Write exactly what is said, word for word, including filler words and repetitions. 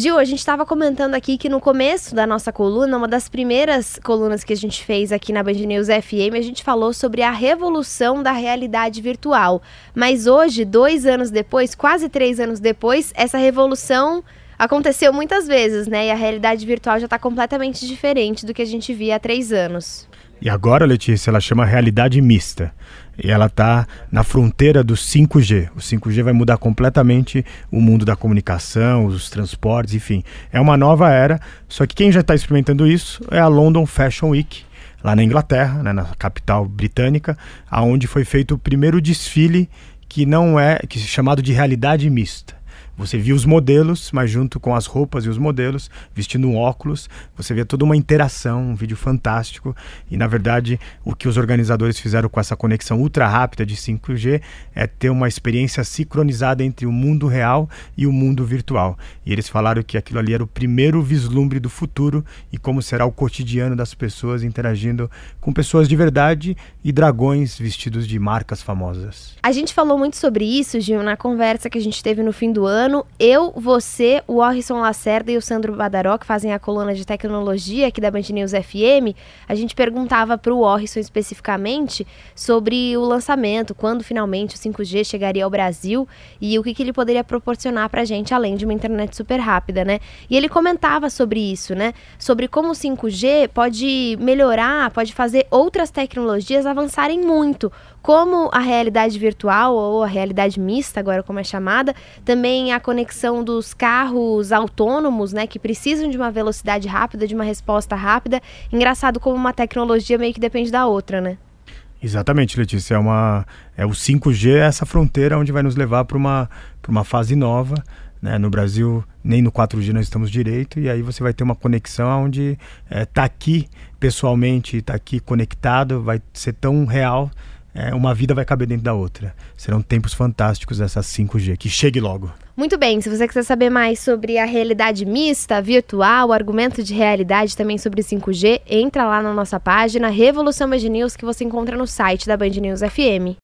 Gil, a gente estava comentando aqui que no começo da nossa coluna, uma das primeiras colunas que a gente fez aqui na Band News F M, a gente falou sobre a revolução da realidade virtual. Mas hoje, dois anos depois, quase três anos depois, essa revolução aconteceu muitas vezes, né? E a realidade virtual já está completamente diferente do que a gente via há três anos. E agora, Letícia, ela chama realidade mista. E ela está na fronteira do cinco G. O cinco G vai mudar completamente o mundo da comunicação, os transportes, enfim. É uma nova era, só que quem já está experimentando isso é a London Fashion Week, lá na Inglaterra, né, na capital britânica, onde foi feito o primeiro desfile que não é, que é chamado de realidade mista. Você via os modelos, mas junto com as roupas e os modelos, vestindo um óculos, você vê toda uma interação, um vídeo fantástico. E, na verdade, o que os organizadores fizeram com essa conexão ultra rápida de cinco G é ter uma experiência sincronizada entre o mundo real e o mundo virtual. E eles falaram que aquilo ali era o primeiro vislumbre do futuro e como será o cotidiano das pessoas interagindo com pessoas de verdade e dragões vestidos de marcas famosas. A gente falou muito sobre isso, Gil, na conversa que a gente teve no fim do ano. Eu, você, o Orrisson Lacerda e o Sandro Badaró, que fazem a coluna de tecnologia aqui da Band News F M, a gente perguntava para o Orrisson especificamente sobre o lançamento, quando finalmente o cinco G chegaria ao Brasil e o que, que ele poderia proporcionar para a gente, além de uma internet super rápida, né? E ele comentava sobre isso, né? Sobre como o cinco G pode melhorar, pode fazer outras tecnologias avançarem muito, como a realidade virtual ou a realidade mista, agora como é chamada, também a conexão dos carros autônomos, né, que precisam de uma velocidade rápida, de uma resposta rápida. Engraçado como uma tecnologia meio que depende da outra, né? Exatamente, Letícia. É uma, é o cinco G é essa fronteira onde vai nos levar para uma, para uma fase nova. Né? No Brasil, nem no quatro G nós estamos direito, e aí você vai ter uma conexão onde está é, aqui pessoalmente, está aqui conectado, vai ser tão real. É, uma vida vai caber dentro da outra. Serão tempos fantásticos essa cinco G, que chegue logo. Muito bem, se você quiser saber mais sobre a realidade mista, virtual, o argumento de realidade também sobre cinco G, entra lá na nossa página Revolução Band News, que você encontra no site da Band News F M.